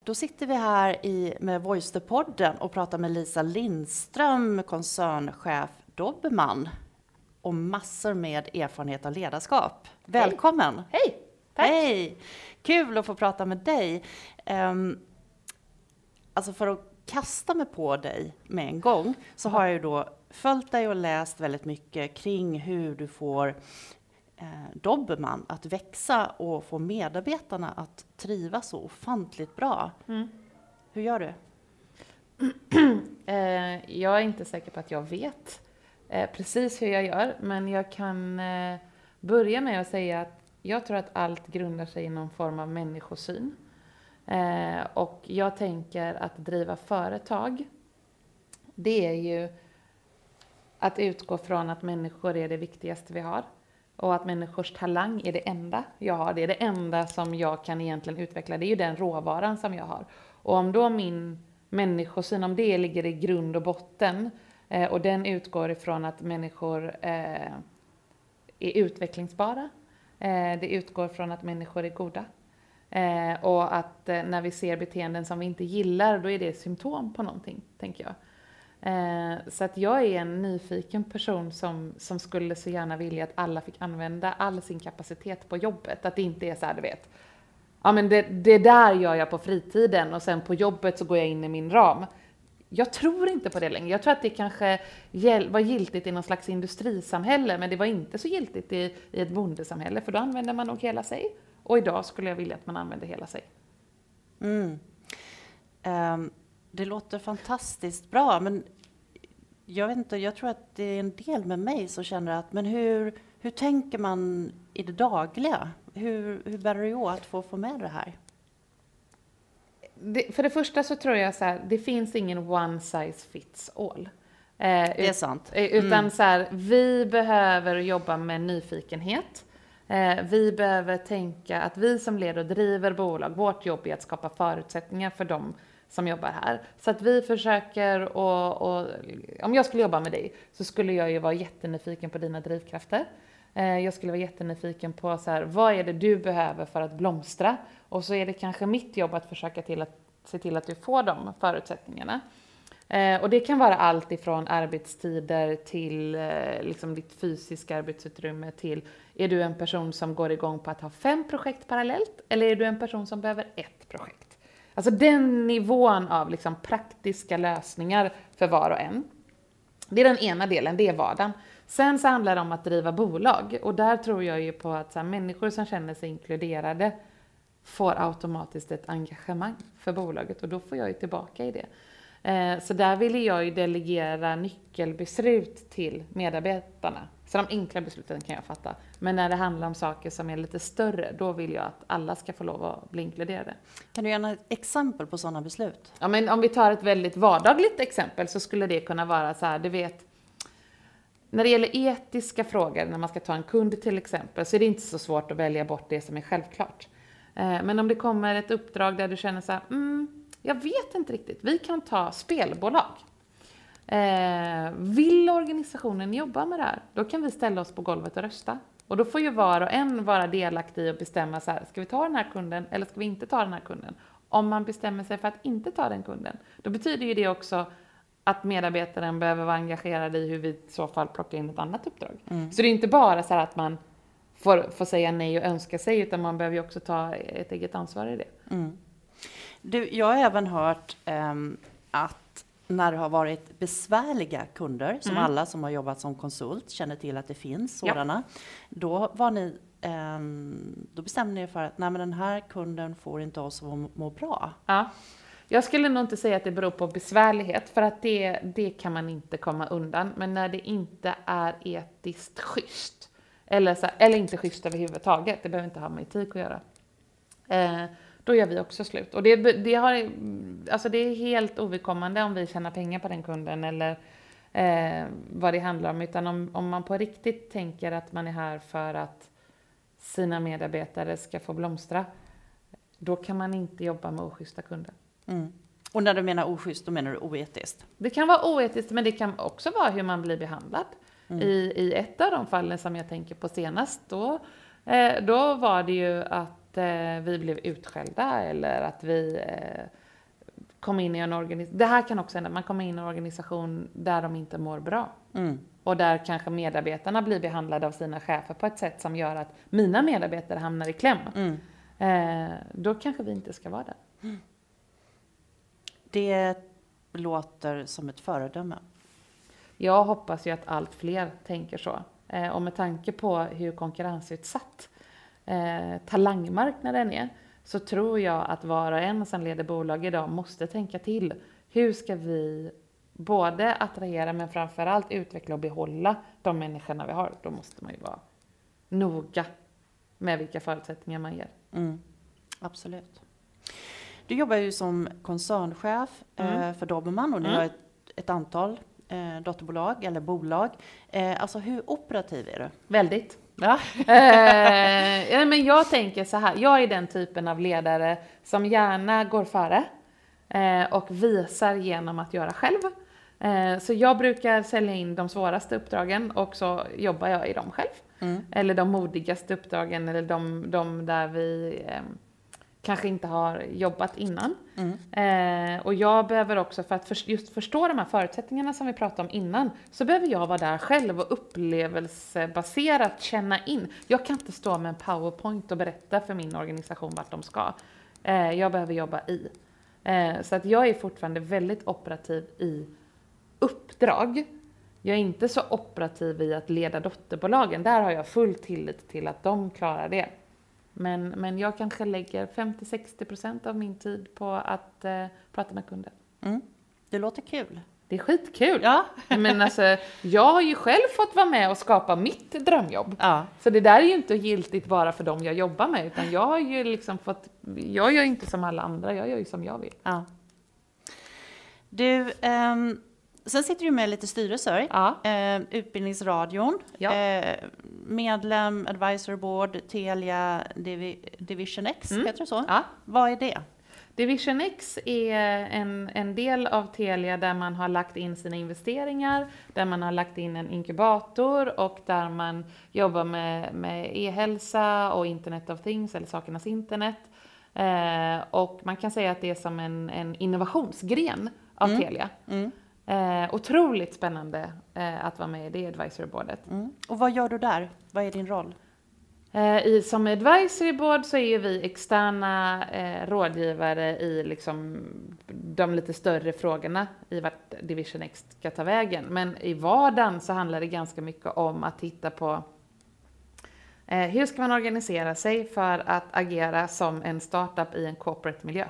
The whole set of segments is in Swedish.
då sitter vi här med Voice-podden och pratar med Lisa Lindström, koncernchef Dobermann, och massor med erfarenhet av ledarskap. Välkommen! Hej! Tack! Hej! Kul att få prata med dig. Alltså för att kasta mig på dig med en gång så har jag ju då följt dig och läst väldigt mycket kring hur du får Dobermann att växa och få medarbetarna att trivas så ofantligt bra. Hur gör du? Jag är inte säker på att jag vet precis hur jag gör, men jag kan börja med att säga att jag tror att allt grundar sig i någon form av människosyn. Och jag tänker att driva företag, det är ju att utgå från att människor är det viktigaste vi har. Och att människors talang är det enda jag har. Det är det enda som jag kan egentligen utveckla. Det är ju den råvaran som jag har. Och om då min människosyn, om det ligger i grund och botten och den utgår ifrån att människor är utvecklingsbara. Det utgår från att människor är goda. Och att när vi ser beteenden som vi inte gillar, då är det symptom på någonting, tänker jag. Så att jag är en nyfiken person som skulle så gärna vilja att alla fick använda all sin kapacitet på jobbet. Att det inte är så här, du vet. Ja, men det där gör jag på fritiden och sen på jobbet så går jag in i min ram. Jag tror inte på det längre. Jag tror att det kanske var giltigt i någon slags industrisamhälle, men det var inte så giltigt i ett bondesamhälle, för då använder man nog hela sig. Och idag skulle jag vilja att man använder hela sig. Det låter fantastiskt bra, men jag vet inte, jag tror att det är en del med mig som känner att, men hur tänker man i det dagliga? Hur bär du åt för att få med det här? För det första så tror jag så här, det finns ingen one size fits all. Det är sant. Utan så här, vi behöver jobba med nyfikenhet. Vi behöver tänka att vi som leder och driver bolag, vårt jobb är att skapa förutsättningar för dem som jobbar här. Så att vi försöker, och om jag skulle jobba med dig så skulle jag ju vara jättenyfiken på dina drivkrafter. Jag skulle vara jättenyfiken på så här, vad är det du behöver för att blomstra? Och så är det kanske mitt jobb att försöka se till att du får de förutsättningarna. Och det kan vara allt ifrån arbetstider till liksom ditt fysiska arbetsutrymme till, är du en person som går igång på att ha 5 projekt parallellt eller är du en person som behöver 1 projekt? Alltså den nivån av liksom praktiska lösningar för var och en. Det är den ena delen, det är vardagen. Sen så handlar det om att driva bolag, och där tror jag ju på att så här, människor som känner sig inkluderade får automatiskt ett engagemang för bolaget, och då får jag ju tillbaka i det. Så där vill jag ju delegera nyckelbeslut till medarbetarna. Så de enkla besluten kan jag fatta. Men när det handlar om saker som är lite större, då vill jag att alla ska få lov att bli inkluderade. Kan du ge ett exempel på sådana beslut? Ja, men om vi tar ett väldigt vardagligt exempel så skulle det kunna vara så här, du vet, när det gäller etiska frågor, när man ska ta en kund till exempel, så är det inte så svårt att välja bort det som är självklart. Men om det kommer ett uppdrag där du känner så här, jag vet inte riktigt, vi kan ta spelbolag. Vill organisationen jobba med det här? Då kan vi ställa oss på golvet och rösta. Och då får ju var och en vara delaktig i och bestämma så här, ska vi ta den här kunden eller ska vi inte ta den här kunden? Om man bestämmer sig för att inte ta den kunden, då betyder ju det också att medarbetaren behöver vara engagerad i hur vi i så fall plockar in ett annat uppdrag. Så det är inte bara så här att man får säga nej och önska sig, utan man behöver ju också ta ett eget ansvar i det. Jag har även hört att när det har varit besvärliga kunder, som alla som har jobbat som konsult känner till att det finns sådana, då bestämde ni för att nej, men den här kunden får inte oss att må bra. Ja. Jag skulle nog inte säga att det beror på besvärlighet, för att det kan man inte komma undan. Men när det inte är etiskt schysst, eller inte schysst överhuvudtaget, det behöver inte ha med etik att göra, då gör vi också slut. Och det är helt ovidkommande om vi tjänar pengar på den kunden eller vad det handlar om. Utan om man på riktigt tänker att man är här för att sina medarbetare ska få blomstra, då kan man inte jobba med oschyssta kunder. Och när du menar oschysst, då menar du oetiskt? Det kan vara oetiskt, men det kan också vara hur man blir behandlad. I ett av de fallen som jag tänker på senast, då var det ju att vi blev utskällda eller att vi kom in i en organisation. Det här kan också hända, man kommer in i en organisation där de inte mår bra. Och där kanske medarbetarna blir behandlade av sina chefer på ett sätt som gör att mina medarbetare hamnar i kläm. Då kanske vi inte ska vara där. Det låter som ett föredöme. Jag hoppas ju att allt fler tänker så. Och med tanke på hur konkurrensutsatt talangmarknaden är, så tror jag att var och en som leder bolag idag måste tänka till. Hur ska vi både attrahera men framförallt utveckla och behålla de människorna vi har? Då måste man ju vara noga med vilka förutsättningar man ger. Absolut. Du jobbar ju som koncernchef för Dobermann och ni har ett antal dotterbolag eller bolag. Alltså hur operativ är du? Väldigt. Ja. Men jag tänker så här, jag är den typen av ledare som gärna går före och visar genom att göra själv. Så jag brukar sälja in de svåraste uppdragen och så jobbar jag i dem själv. Eller de modigaste uppdragen eller de där vi kanske inte har jobbat innan. Och jag behöver också, för att just förstå de här förutsättningarna som vi pratade om innan, så behöver jag vara där själv och upplevelsebaserat känna in. Jag kan inte stå med en PowerPoint och berätta för min organisation vart de ska. Jag behöver jobba i. Så att jag är fortfarande väldigt operativ i uppdrag. Jag är inte så operativ i att leda dotterbolagen. Där har jag full tillit till att de klarar det. Men jag kanske lägger 50-60% av min tid på att prata med kunder. Det låter kul. Det är skitkul. Ja. Men alltså, jag har ju själv fått vara med och skapa mitt drömjobb. Ja. Så det där är ju inte giltigt bara för dem jag jobbar med. Utan jag har ju liksom jag gör inte som alla andra, jag gör ju som jag vill. Ja. Du, sen sitter du med lite styrelser. Ja. Utbildningsradion, Ja. medlem, advisory board, Telia, Division X, heter det så? Ja. Vad är det? Division X är en del av Telia där man har lagt in sina investeringar, där man har lagt in en inkubator och där man jobbar med e-hälsa och Internet of Things eller sakernas internet. Och man kan säga att det är som en innovationsgren av Telia. Otroligt spännande att vara med i det advisory boardet. Och vad gör du där? Vad är din roll? Som advisory board så är vi externa rådgivare i liksom de lite större frågorna i vart Division X ska ta vägen. Men i vardagen så handlar det ganska mycket om att titta på hur ska man organisera sig för att agera som en startup i en corporate miljö.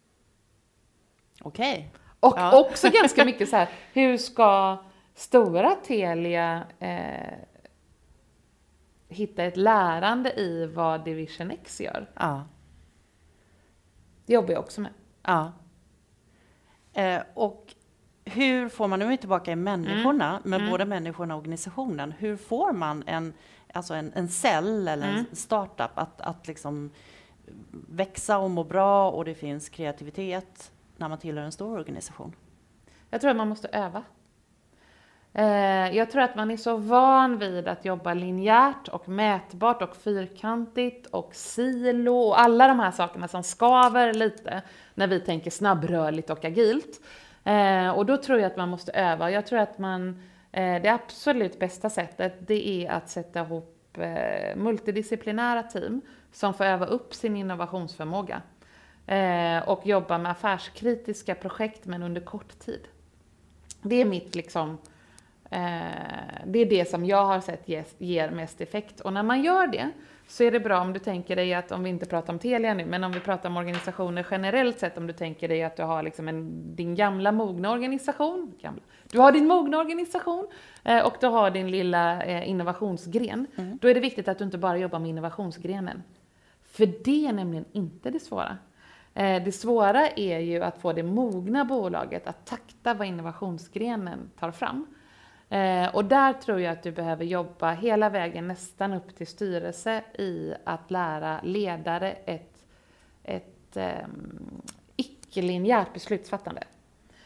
Okej. Och också ganska mycket så här, hur ska stora Telia hitta ett lärande i vad Division X gör? Ja. Det jobbar jag också med. Ja. Och hur får man, nu är vi tillbaka i människorna, med både människorna och organisationen, hur får man en cell eller en startup att liksom växa och må bra och det finns kreativitet när man tillhör en stor organisation? Jag tror att man måste öva. Jag tror att man är så van vid att jobba linjärt och mätbart och fyrkantigt och silo och alla de här sakerna som skaver lite när vi tänker snabbrörligt och agilt. Och då tror jag att man måste öva. Jag tror att det absolut bästa sättet, det är att sätta ihop multidisciplinära team som får öva upp sin innovationsförmåga. Och jobba med affärskritiska projekt men under kort tid. Det är mitt liksom, det är det som jag har sett ger mest effekt. Och när man gör det så är det bra om du tänker dig att, om vi inte pratar om Telia nu, men om vi pratar om organisationer generellt sett, om du tänker dig att du har liksom din gamla mogna organisation, du har din mogna organisation och du har din lilla innovationsgren. Då är det viktigt att du inte bara jobbar med innovationsgrenen. För det är nämligen inte det svåra. Det svåra är ju att få det mogna bolaget att takta vad innovationsgrenen tar fram. Och där tror jag att du behöver jobba hela vägen nästan upp till styrelse i att lära ledare ett icke-linjärt beslutsfattande.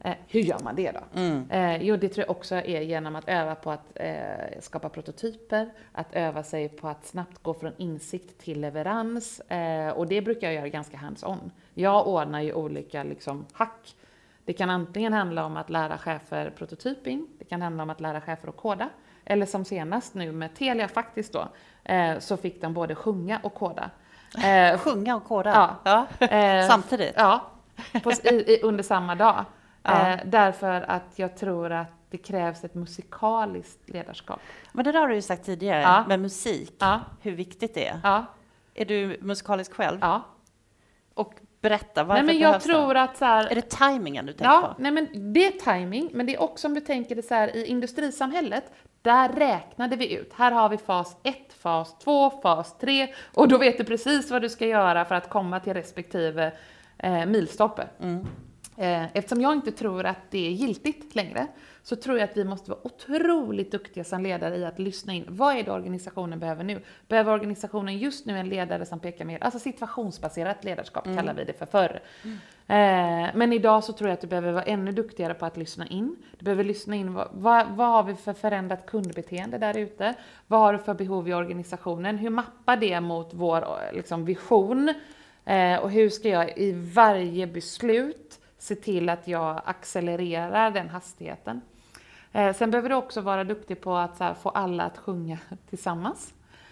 Hur gör man det då? Jo, det tror jag också är genom att öva på att skapa prototyper, att öva sig på att snabbt gå från insikt till leverans. Och det brukar jag göra ganska hands-on. Jag ordnar ju olika liksom, hack. Det kan antingen handla om att lära chefer prototyping, det kan handla om att lära chefer att koda. Eller som senast nu med Telia faktiskt då, så fick de både sjunga och koda. Sjunga och koda? Ja. Samtidigt? Ja, under samma dag. Därför att jag tror att det krävs ett musikaliskt ledarskap. Men det där har du ju sagt tidigare, med musik, hur viktigt det är. Ja. Är du musikalisk själv? Ja. Och berätta, varför nej, men jag tror att så här, är det timingen du tänker på? Nej, men det är timing, men det är också om du tänker det så här i industrisamhället, där räknade vi ut. Här har vi fas 1, fas 2, fas 3 och då vet du precis vad du ska göra för att komma till respektive milstolpe. Eftersom jag inte tror att det är giltigt längre, så tror jag att vi måste vara otroligt duktiga som ledare i att lyssna in. Vad är det organisationen behöver nu? Behöver organisationen just nu en ledare som pekar mer, alltså situationsbaserat ledarskap kallar vi det för förr. Men idag så tror jag att du behöver vara ännu duktigare på att lyssna in. Du behöver lyssna in, vad har vi för förändrat kundbeteende där ute? Vad har du för behov i organisationen? Hur mappar det mot vår liksom, vision? Och hur ska jag i varje beslut se till att jag accelererar den hastigheten. Sen behöver du också vara duktig på att så här, få alla att sjunga tillsammans.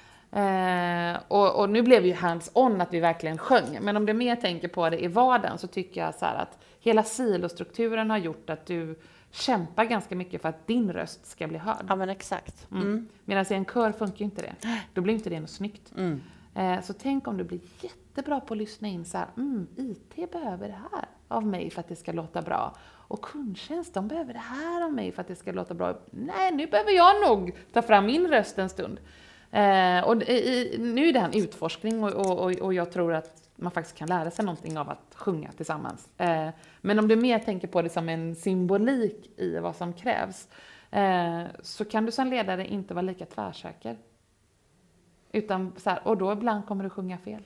Och nu blev ju hands-on att vi verkligen sjöng. Men om du mer tänker på det i vardagen så tycker jag så här att hela silostrukturen har gjort att du kämpar ganska mycket för att din röst ska bli hörd. Ja, men exakt. Medan i en kör funkar ju inte det. Då blir inte det något snyggt. Så tänk om du blir jättebra på att lyssna in så här, IT behöver det här av mig för att det ska låta bra. Och kundtjänst, de behöver det här av mig för att det ska låta bra. Nej, nu behöver jag nog ta fram min röst en stund. Och nu är det en utforskning och jag tror att man faktiskt kan lära sig någonting av att sjunga tillsammans. Men om du mer tänker på det som en symbolik i vad som krävs, så kan du som ledare inte vara lika tvärsäker. Utan så här, och då ibland kommer du sjunga fel.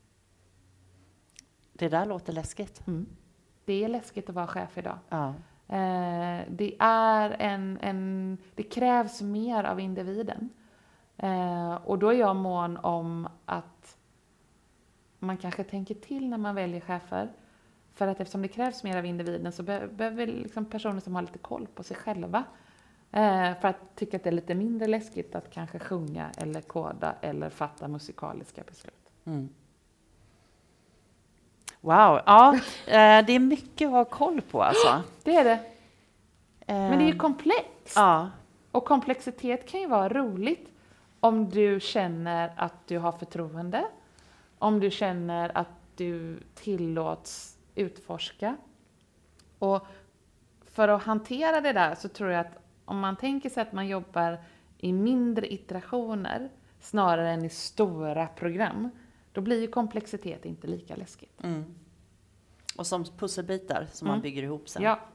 Det där låter läskigt. Det är läskigt att vara chef idag. Ja. Det är det krävs mer av individen. Och då är jag mån om att man kanske tänker till när man väljer chefer. För att eftersom det krävs mer av individen så behöver vi liksom personer som har lite koll på sig själva. För att tycka att det är lite mindre läskigt att kanske sjunga eller koda eller fatta musikaliska beslut. Wow, ja, det är mycket att ha koll på alltså. Det är det. Men det är ju komplext. Ja. Och komplexitet kan ju vara roligt om du känner att du har förtroende. Om du känner att du tillåts utforska. Och för att hantera det där så tror jag att om man tänker sig att man jobbar i mindre iterationer snarare än i stora program, då blir ju komplexitet inte lika läskigt. Och som pusselbitar som man bygger ihop sen. Ja.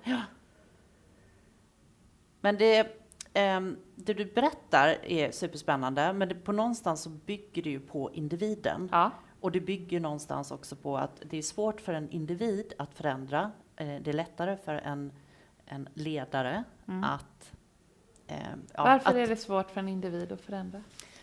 Men det du berättar är superspännande, men på någonstans så bygger det ju på individen. Ja. Och det bygger någonstans också på att det är svårt för en individ att förändra. Det är lättare för en ledare att... Varför är det svårt för en individ att förändra?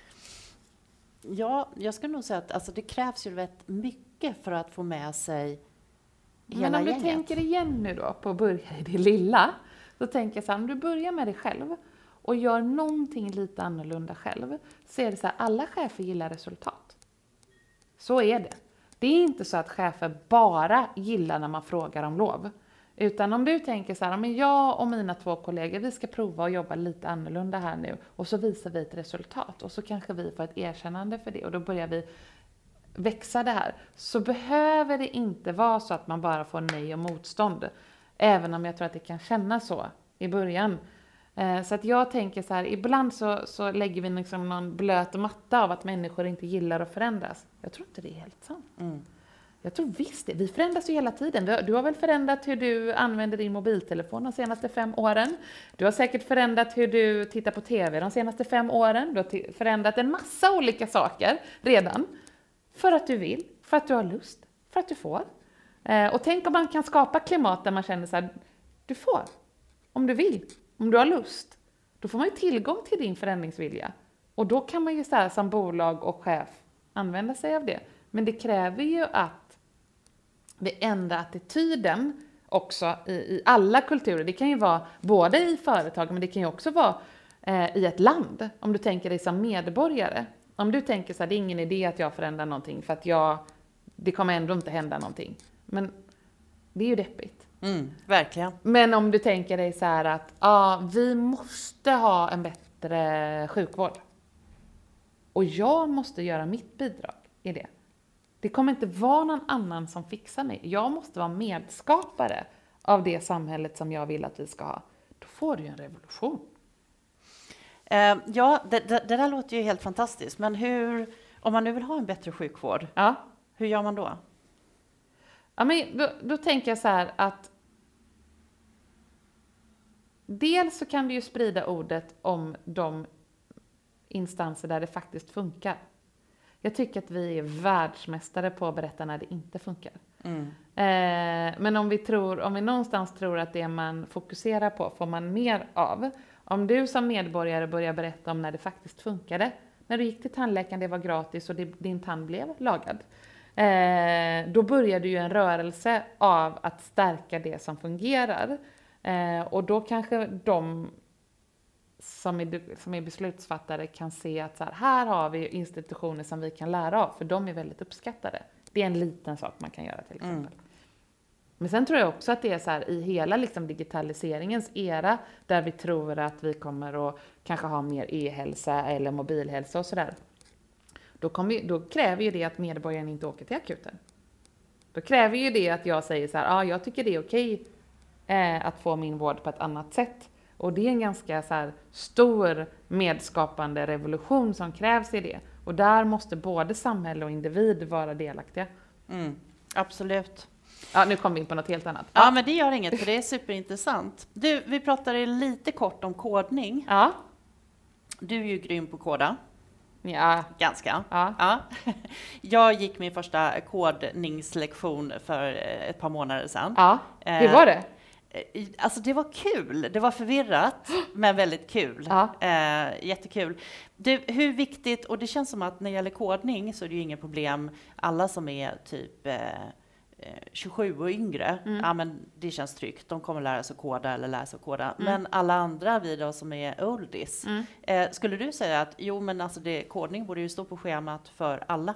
Ja, jag skulle nog säga att alltså, det krävs ju rätt mycket för att få med sig hela Men om gänget. du tänker igen nu då på att börja i det lilla, så tänker jag så här, om du börjar med dig själv och gör någonting lite annorlunda själv, så är det så här, alla chefer gillar resultat. Så är det. Det är inte så att chefer bara gillar när man frågar om lov. Utan om du tänker så här, men jag och mina 2 kollegor, vi ska prova att jobba lite annorlunda här nu. Och så visar vi ett resultat. Och så kanske vi får ett erkännande för det. Och då börjar vi växa det här. Så behöver det inte vara så att man bara får nej och motstånd. Även om jag tror att det kan kännas så i början. Så att jag tänker så här, ibland så lägger vi liksom någon blöt matta av att människor inte gillar att förändras. Jag tror inte det är helt sant. Jag tror visst det. Vi förändras ju hela tiden. Du har väl förändrat hur du använder din mobiltelefon de senaste 5 åren. Du har säkert förändrat hur du tittar på tv de senaste 5 åren. Du har förändrat en massa olika saker redan. För att du vill, för att du har lust, för att du får. Och tänk om man kan skapa klimat där man känner så här, Du får. Om du vill. Om du har lust. Då får man ju tillgång till din förändringsvilja. Och då kan man ju så här, som bolag och chef använda sig av det. Men det kräver ju att vi ändrar attityden också i alla kulturer. Det kan ju vara både i företag, men det kan ju också vara i ett land. Om du tänker dig som medborgare. Om du tänker så här, det är ingen idé att jag förändrar någonting för att det kommer ändå inte hända någonting. Men det är ju deppigt. Verkligen. Men om du tänker dig så här att vi måste ha en bättre sjukvård. Och jag måste göra mitt bidrag i det. Det kommer inte vara någon annan som fixar mig. Jag måste vara medskapare av det samhället som jag vill att vi ska ha. Då får du ju en revolution. Ja, det där låter ju helt fantastiskt. Men om man nu vill ha en bättre sjukvård, hur gör man då? Ja, men då tänker jag så här att dels så kan du ju sprida ordet om de instanser där det faktiskt funkar. Jag tycker att vi är världsmästare på att berätta när det inte funkar. Men om vi någonstans tror att det man fokuserar på får man mer av. Om du som medborgare börjar berätta om när det faktiskt funkade. När du gick till tandläkaren, det var gratis och din tand blev lagad. Då börjar du ju en rörelse av att stärka det som fungerar. Och då kanske de som är beslutsfattare kan se att här har vi institutioner som vi kan lära av. För de är väldigt uppskattade. Det är en liten sak man kan göra till exempel. Men sen tror jag också att det är så här i hela liksom digitaliseringens era där vi tror att vi kommer att kanske ha mer e-hälsa eller mobilhälsa och sådär. Då kräver ju det att medborgaren inte åker till akuten. Då kräver ju det att jag säger så här, jag tycker det är okej att få min vård på ett annat sätt. Och det är en ganska så här stor medskapande revolution som krävs i det. Och där måste både samhälle och individ vara delaktiga. Absolut. Ja, nu kom vi in på något helt annat. Ja, men det gör inget, för det är superintressant. Du, vi pratade lite kort om kodning. Ja. Du är ju grym på koda. Ja. Ganska. Ja. Jag gick min första kodningslektion för ett par månader sedan. Ja, hur var det? Alltså det var kul. Det var förvirrat, men väldigt kul. Ja. Jättekul. Hur viktigt, och det känns som att när det gäller kodning så är det ju inget problem. Alla som är typ 27 och yngre, men det känns tryggt. De kommer lära sig koda eller lära sig koda. Men alla andra vi då som är oldies, skulle du säga att alltså kodning borde ju stå på schemat för alla?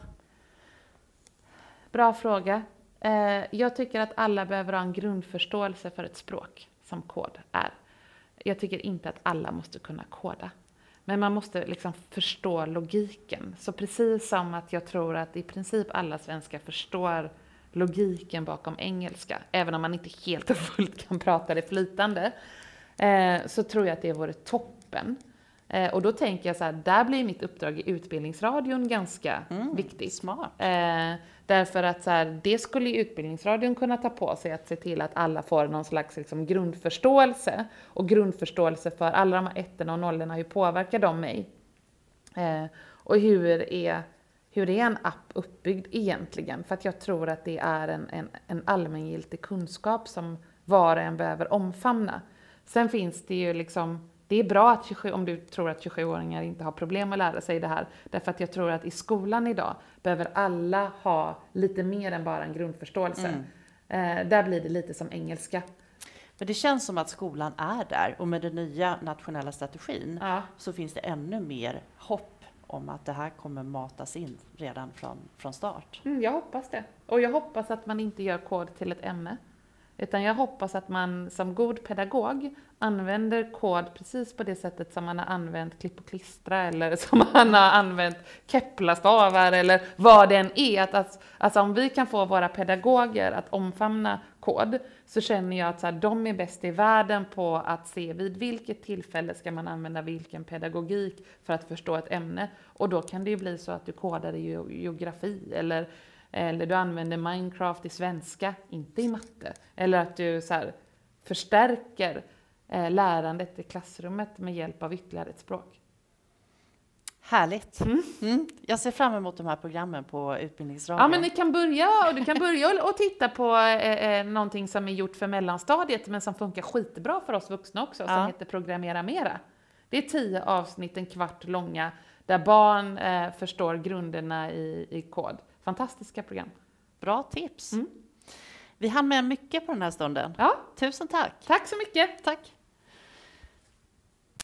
Bra fråga. Jag tycker att alla behöver ha en grundförståelse för ett språk som kod är. Jag tycker inte att alla måste kunna koda. Men man måste liksom förstå logiken. Så precis som att jag tror att i princip alla svenskar förstår logiken bakom engelska. Även om man inte helt och fullt kan prata det flytande. Så tror jag att det vore toppen. Och då tänker jag så här, där blir mitt uppdrag i Utbildningsradion ganska viktigt. Smart. Därför att så här, det skulle ju Utbildningsradion kunna ta på sig att se till att alla får någon slags liksom, grundförståelse. Och grundförståelse för alla de här ettorna och nollorna, hur påverkar de mig? Och hur är en app uppbyggd egentligen? För att jag tror att det är en allmängiltig kunskap som var och en behöver omfamna. Sen finns det ju liksom, det är bra att om du tror att 27-åringar inte har problem att lära sig det här. Därför att jag tror att i skolan idag behöver alla ha lite mer än bara en grundförståelse. Där blir det lite som engelska. Men det känns som att skolan är där. Och med den nya nationella strategin så finns det ännu mer hopp om att det här kommer matas in redan från start. Jag hoppas det. Och jag hoppas att man inte gör kod till ett ämne. Utan jag hoppas att man som god pedagog använder kod precis på det sättet som man har använt klipp och klistra eller som man har använt Kepler-stavar eller vad det än är. Alltså om vi kan få våra pedagoger att omfamna kod så känner jag att så här, de är bäst i världen på att se vid vilket tillfälle ska man använda vilken pedagogik för att förstå ett ämne. Och då kan det ju bli så att du kodar i geografi eller du använder Minecraft i svenska, inte i matte. Eller att du så här, förstärker lärandet i klassrummet med hjälp av ytterligare ett språk. Härligt. Jag ser fram emot de här programmen på Utbildningsradion. Ja, men du kan börja och titta på någonting som är gjort för mellanstadiet men som funkar skitbra för oss vuxna också, som heter Programmera Mera. Det är 10 avsnitt, en kvart långa, där barn förstår grunderna i kod. Fantastiska program. Bra tips. Vi hann med mycket på den här stunden. Ja. Tusen tack. Tack så mycket. Tack.